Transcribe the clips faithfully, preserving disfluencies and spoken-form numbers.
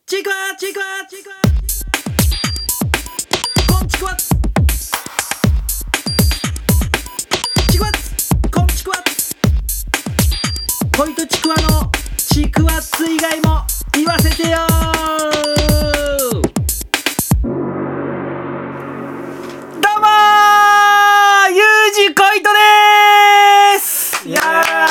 ちくわちくわちくわこんちくわちくわこんちくわ恋とちくわのちくわつ以外も言わせてよー。どうもー、ゆうじこいとでーす。いや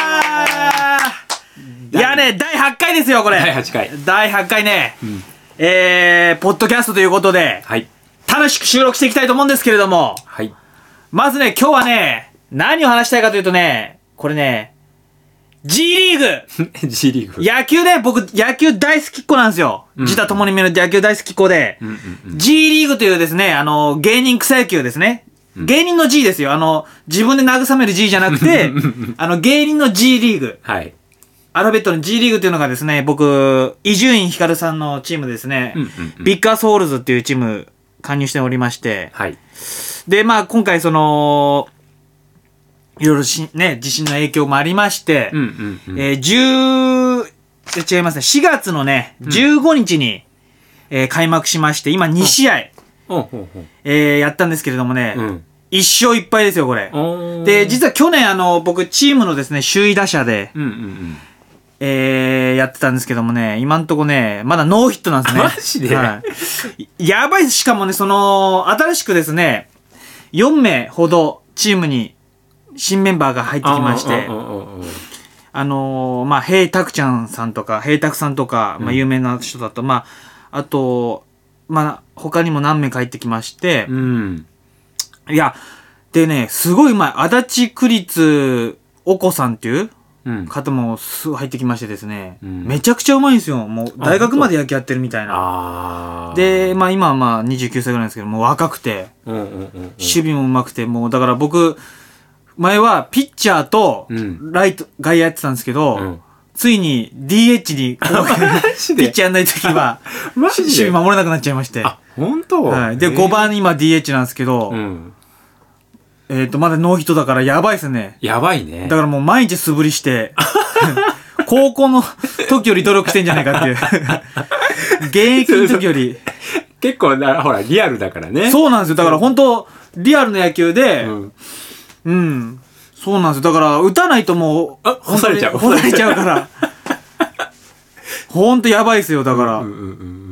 ーいやね、だいはちかいですよ、これ。 だいはちかい。 だいはちかいね。 うん、 えー、ポッドキャストということで、 はい。 楽しく収録していきたいと思うんですけれども、 はい。 まずね、今日はね、何を話したいかというとね、これね、G リーグ G リーグ。 野球ね、僕、野球大好きっ子なんですよ。 うん、 自他ともに見る野球大好きっ子で、 うんうんうん、 G リーグというですね、あの、芸人草野球ですね。うん、芸人の G ですよ。あの、自分で慰める G じゃなくて、あの、芸人の G リーグ。 はい。 アルファベットの G リーグというのがですね、僕、伊集院光さんのチームですね、 うんうんうん、 ビッグアソールズっていうチーム加入しておりまして、 はい。で、 まあ今回その、いろいろし、ね、地震の影響もありまして、 うんうんうん、 えー、じゅう、違いますね、しがつのね、じゅうごにちに、うん、えー、開幕しまして、今にしあい、 うんうんうん、 えー、やったんですけれどもね、うん、いっしょういっぱいですよ、これ。で、実は去年あの、僕チームのですね、首位打者で、うんうんうん、えー、やってたんですけどもね、今んとこね、まだノーヒットなんですね。 マジで、 はい、やばいです。しかもね、その、新しくですね、よんめいほどチームに新メンバーが入ってきまして、あのー、まあ、平拓ちゃんさんとか、平拓さんとか、まあ、有名な人だと、うん、まあ、あと、まあ、他にも何名か入ってきまして、うん、いや、でね、すごいうまい。足立区立お子さんっていう方もすぐ入ってきましてですね、うん、めちゃくちゃうまいんですよ。もう大学まで野球やってるみたいな。で、まあ今はまあにじゅうきゅうさいぐらいなんですけど、もう若くて、うんうんうんうん、守備もうまくて、もうだから僕、前はピッチャーとライト、うん、外野やってたんですけど、うん、ついに ディーエイチ にピッチャーやんないときは、守備守れなくなっちゃいまして。 あ、本当？ はい。で、ごばん今 ディーエイチ なんですけど、うん、えっと、まだノーヒットだからやばいっすね。 やばいね。 だからもう毎日素振りして、高校の時より努力してんじゃないかっていう。現役の時より。 結構な、ほら、リアルだからね。 そうなんですよ。だから本当リアルな野球で、うん、うん。そうなんですよ。だから、打たないともう、 あ、干されちゃう。 干されちゃうから。ほんとやばいですよ、だから。うんうんうん、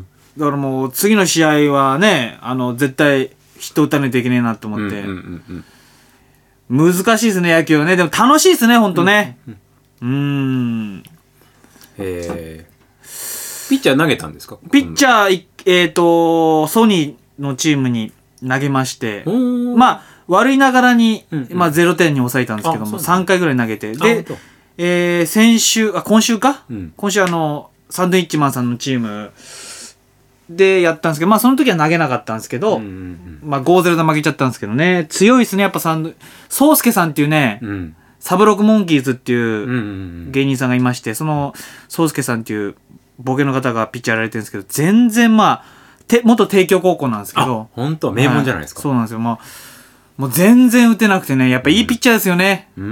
だからもう、次の試合はね、あの、絶対、ヒット打たないといけないなと思って。うんうんうん、難しいですね、野球はね。でも楽しいですね、ほんとね。うん、うん。うーん。 へー。ピッチャー投げたんですか？ ピッチャー、えっと、ソニーのチームに投げまして、まあ、悪いながらに、うんうん、まあ、ゼロてんに抑えたんですけども、さんかいぐらい投げて、で、えー、先週、あ、今週か、うん、今週あの、サンドイッチマンさんのチームでやったんですけど、まあ、その時は投げなかったんですけど、うんうんうん、まあ、ごたいゼロで負けちゃったんですけどね、強いですね、やっぱサンド、ソウスケさんっていうね、うん、サブロックモンキーズっていう芸人さんがいまして、その、ソウスケさんっていうボケの方がピッチャーやられてるんですけど、全然まあ、て元帝京高校なんですけど、 本当名門じゃないですか。 そうなんですよ。まあ、もう全然打てなくてね、やっぱいいピッチャーですよね。うん、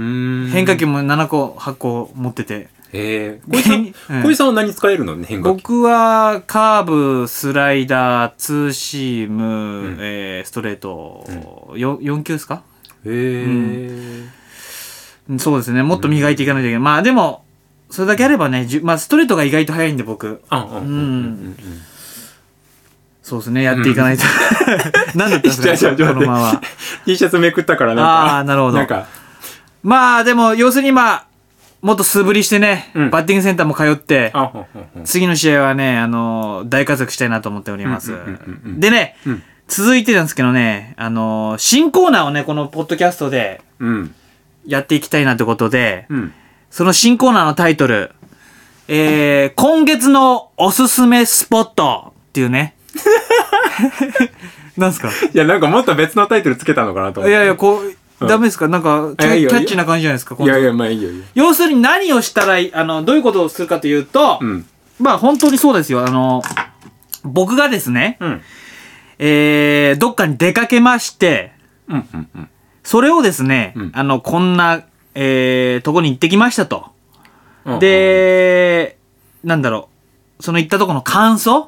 変化球もななこ、はっこ持ってて。 へえ。小井さん、小井さんは何使えるのね、変化球。 僕はカーブ、スライダー、ツーシーム、うん、えー、ストレート、うん、よん, よんきゅうですか？へえ、うん。そうですね。もっと磨いていかないといけない。うん、まあでも、それだけあればね、まあストレートが意外と速いんで僕。あ、うん。うんうんうんそうですね、やっていかないと。うん、何だったんですか、このまま。 T シャツめくったからなんか。 ああ、なるほど。なんか。まあ、でも、要するにまあ、もっと素振りしてね、うん、バッティングセンターも通って、次の試合はね、あの、大活躍したいなと思っております。でね、うん、続いてなんですけどね、あの、新コーナーをね、このポッドキャストで、やっていきたいなってことで、うん、その新コーナーのタイトル、えー、今月のおすすめスポットっていうね、なんすか？ いや、なんかもっと別のタイトルつけたのかなと思って。 いやいや、こう、うん、ダメですか？なんかキャ、キャッチーな感じじゃないですか？ いやいや、まあいいよいいよ。 要するに何をしたらいい、あの、どういうことをするかというと、うん、まあ本当にそうですよ。あの、僕がですね、うん、えー、どっかに出かけまして、うんうんうん、それをですね、うん、あの、こんな、えー、とこに行ってきましたと。うん、で、うん、なんだろう、その行ったとこの感想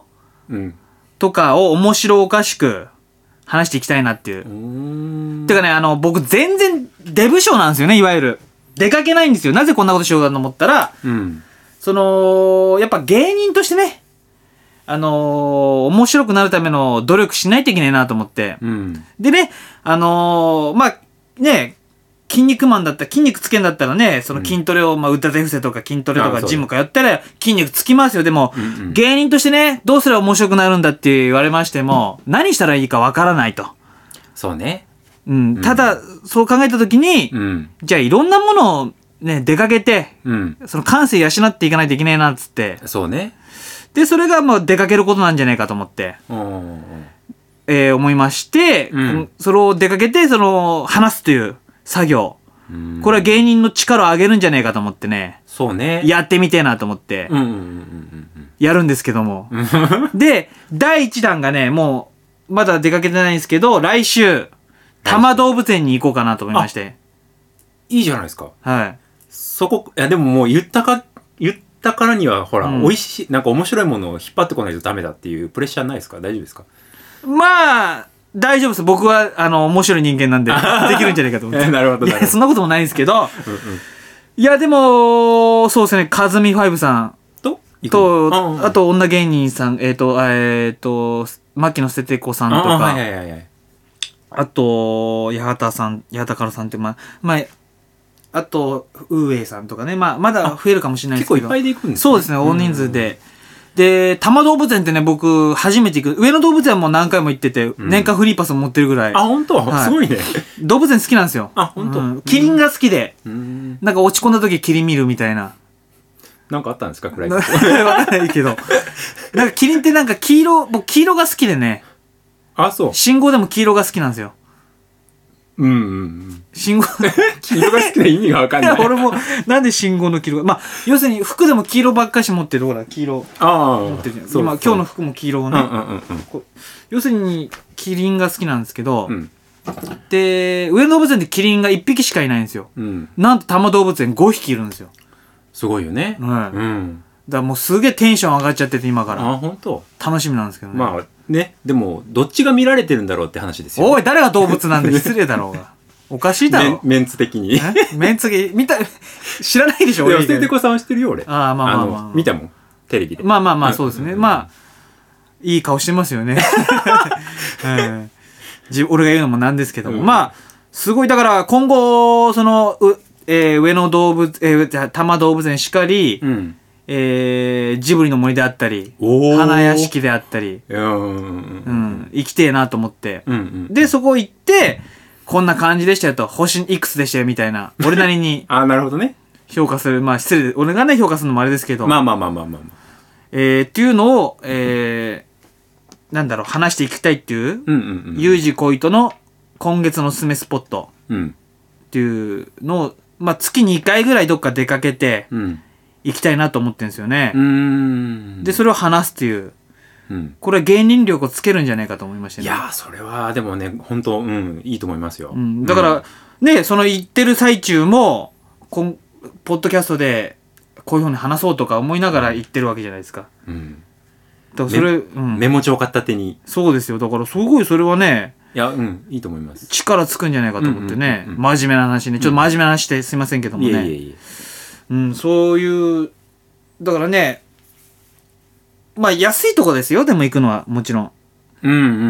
うん。 とかを面白おかしく話していきたいなっていう。 うーん。 てかね、あの、僕全然デブ症なんですよね、いわゆる。出かけないんですよ。なぜこんなことしようかと思ったら、 うん。 その、やっぱ芸人としてね、あのー、面白くなるための努力しないといけないなと思って。 うん。 でね、あのー、まあ、ね、筋肉マンだったら、筋肉つけんだったらね、その筋トレを、まあ、歌手伏せとか筋トレとかジム通ったら筋肉つきますよ。でも、 うんうん、 芸人としてね、どうすれば面白くなるんだって言われましても、何したらいいかわからないと。 そうね。 うん。ただ、そう考えたときに、 うん。 じゃあいろんなものをね、出かけて、 うん。 その感性養っていかないといけないな、っつって。 そうね。 で、それがまあ出かけることなんじゃないかと思って、 うんえー、思いまして、 うん、 それを出かけて、その、話すという作業。 うん、 これは芸人の力を上げるんじゃないかと思ってね。 そうね。 やってみてえなと思って、 うんうんうんうん、 やるんですけども。で、だいいちだんがね、もう、まだ出かけてないんですけど、来週、多摩動物園に行こうかなと思いまして。 いいじゃないですか。 はい。 そこ、いやでももう言ったか、言ったからには、ほら、うん、美味しい、なんか面白いものを引っ張ってこないとダメだっていうプレッシャーないですか？大丈夫ですか？ まあ、大丈夫です。僕は、あの、面白い人間なんで、できるんじゃないかと思って。 なるほど、なるほど。 いや、そんなこともないんですけど、 うんうん、 いや、でも、そうですね、カズミファイブさんと、 と、 あ, あ, あと、女芸人さん、えっ、ー、と、えっ、ー、と、牧野捨てて子さんとか、あ, はいはいはいはい、あと、八幡さん、八幡からさんって、まあ、まあ、あと、ウーエイさんとかね、まあ、まだ増えるかもしれないですけど。 結構いっぱいで行くんですね。 そうですね、大人数で。で、多摩動物園ってね、僕、初めて行く。上野動物園も何回も行ってて、うん、年間フリーパス持ってるぐらい。 あ、本当、はい、すごいね。 動物園好きなんですよ。 あ、本当、うん、 キリンが好きで、 うん、 なんか落ち込んだ時キリン見るみたいな。 なんかあったんですか、暗いとこ。 わかんないけど。なんかキリンってなんか黄色、僕黄色が好きでね。 あ、そう。 信号でも黄色が好きなんですよ。 うんうんうん。 信号黄色が好きな意味がわかんない。 いや、俺も、なんで信号の黄色が。まあ、要するに服でも黄色ばっかし持ってる。ほら、黄色。 ああ。 持ってるじゃん。今、今日の服も黄色をね。 うんうんうんうん、 要するに、キリンが好きなんですけど、 うん、 で、上野動物園でキリンがいっぴきしかいないんですよ。うん、なんと多摩動物園ごひきいるんですよ。 すごいよね。 うん。うん、だからもうすげえテンション上がっちゃってて、今から。 あ、本当。 楽しみなんですけどね。 まあ、ね。でも、どっちが見られてるんだろうって話ですよ、ね。 おい、誰が動物なんで失礼だろうが。おかしいだろ。 メンツ的に。 メンツ的に。見た、知らないでしょ、 俺。捨ててこさんは知ってるよ、俺。 ああ、まあまあまあ、まあ。 見たもん。テレビで。 まあまあまあ、そうですね。まあ、いい顔してますよね。うん、俺が言うのもなんですけども。うん、まあ、すごい、だから今後、その、うえー、上野動物、えー、多摩動物園しかり、うん、えー、ジブリの森であったり、花屋敷であったり、うん、うん、行きてえなと思って。うんうん、で、そこ行って、こんな感じでしたよと、星いくつでしたよみたいな、俺なりに。 ああ、なるほどね。 評価する。まあ、失礼で、俺がね、評価するのもあれですけど。 まあまあまあまあまあ、まあ。 えー、っていうのを、えー、なんだろう、話していきたいっていう、ユージ恋人の今月のおすすめスポットっていうのを、まあ、月にかいぐらいどっか出かけて、行きたいなと思ってるんですよね。うん、で、それを話すっていう。うん、これは芸人力をつけるんじゃないかと思いましたね。 いやー、それはでもね、本当、うん、いいと思いますよ。 うん、だから、うん、ね、その言ってる最中も、こんポッドキャストでこういうふうに話そうとか思いながら言ってるわけじゃないですか。うん。だからそれ、うん、 メモ帳片手に。 そうですよ。だからすごいそれはね、 いや、うん、いいと思います。 力つくんじゃないかと思ってね、うんうんうんうん、真面目な話ね、ちょっと真面目な話してすいませんけどもね。いえいえいえ。うん、そういう、だからね、まあ安いとこですよ、でも行くのはもちろん。うんうんうんうんうん。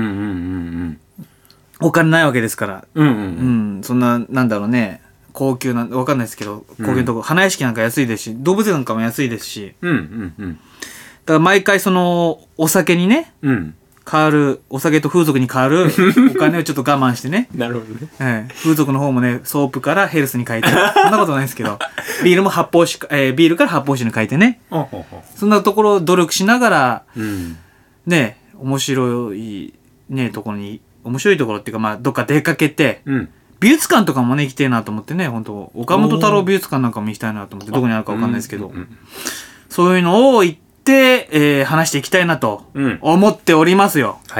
お金ないわけですから。うんうん、うん、うん。そんな、なんだろうね、高級な、わかんないですけど、高級なとこ、うん、花屋敷なんか安いですし、動物園なんかも安いですし。うんうんうん。だから毎回その、お酒にね、うん、変わる、お酒と風俗に変わるお金をちょっと我慢してね。 なるほどね。 はい。風俗の方もね、ソープからヘルスに変えて、そんなことないですけど、ビールも発泡酒、えー、ビールから発泡酒に変えてね。そんなところを努力しながら、うん、ね、面白い、ね、ところに、面白いところっていうか、まあ、どっか出かけて、うん、美術館とかもね、行きたいなと思ってね、本当岡本太郎美術館なんかも行きたいなと思って、どこにあるかわかんないですけど、うんうんうん、そういうのを行って、えー、話していきたいなと思っておりますよ。うん、はい。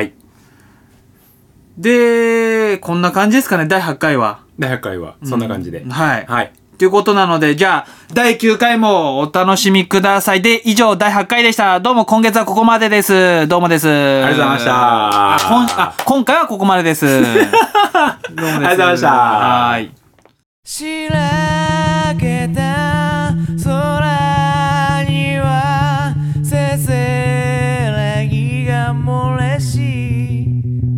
で、こんな感じですかね、だいはちかいは。 だいはちかいは、そんな感じで。 うん、はい。はい。 ということなので、じゃあ、だいきゅうかいもお楽しみください。で、以上、だいはちかいでした。どうも今月はここまでです。どうもです。ありがとうございました。 あ、今あ今回はここまでです。どうもです。 ありがとうございました。 はい。 しらけた空にはせせらぎが漏れし、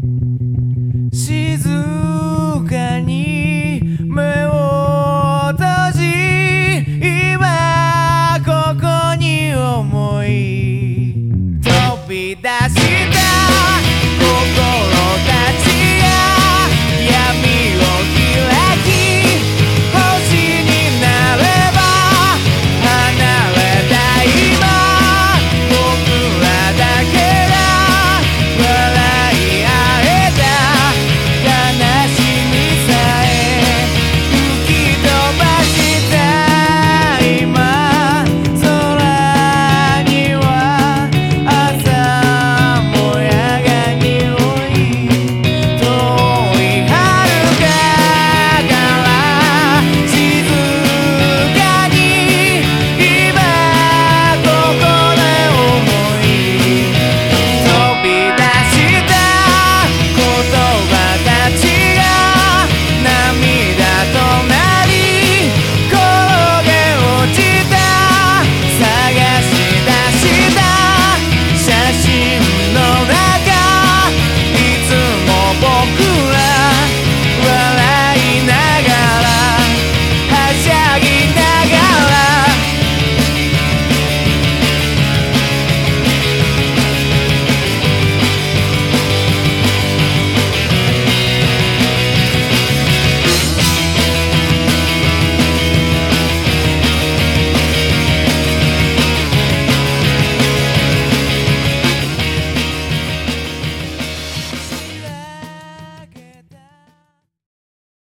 静かに目を閉じ、今ここに思い飛び出し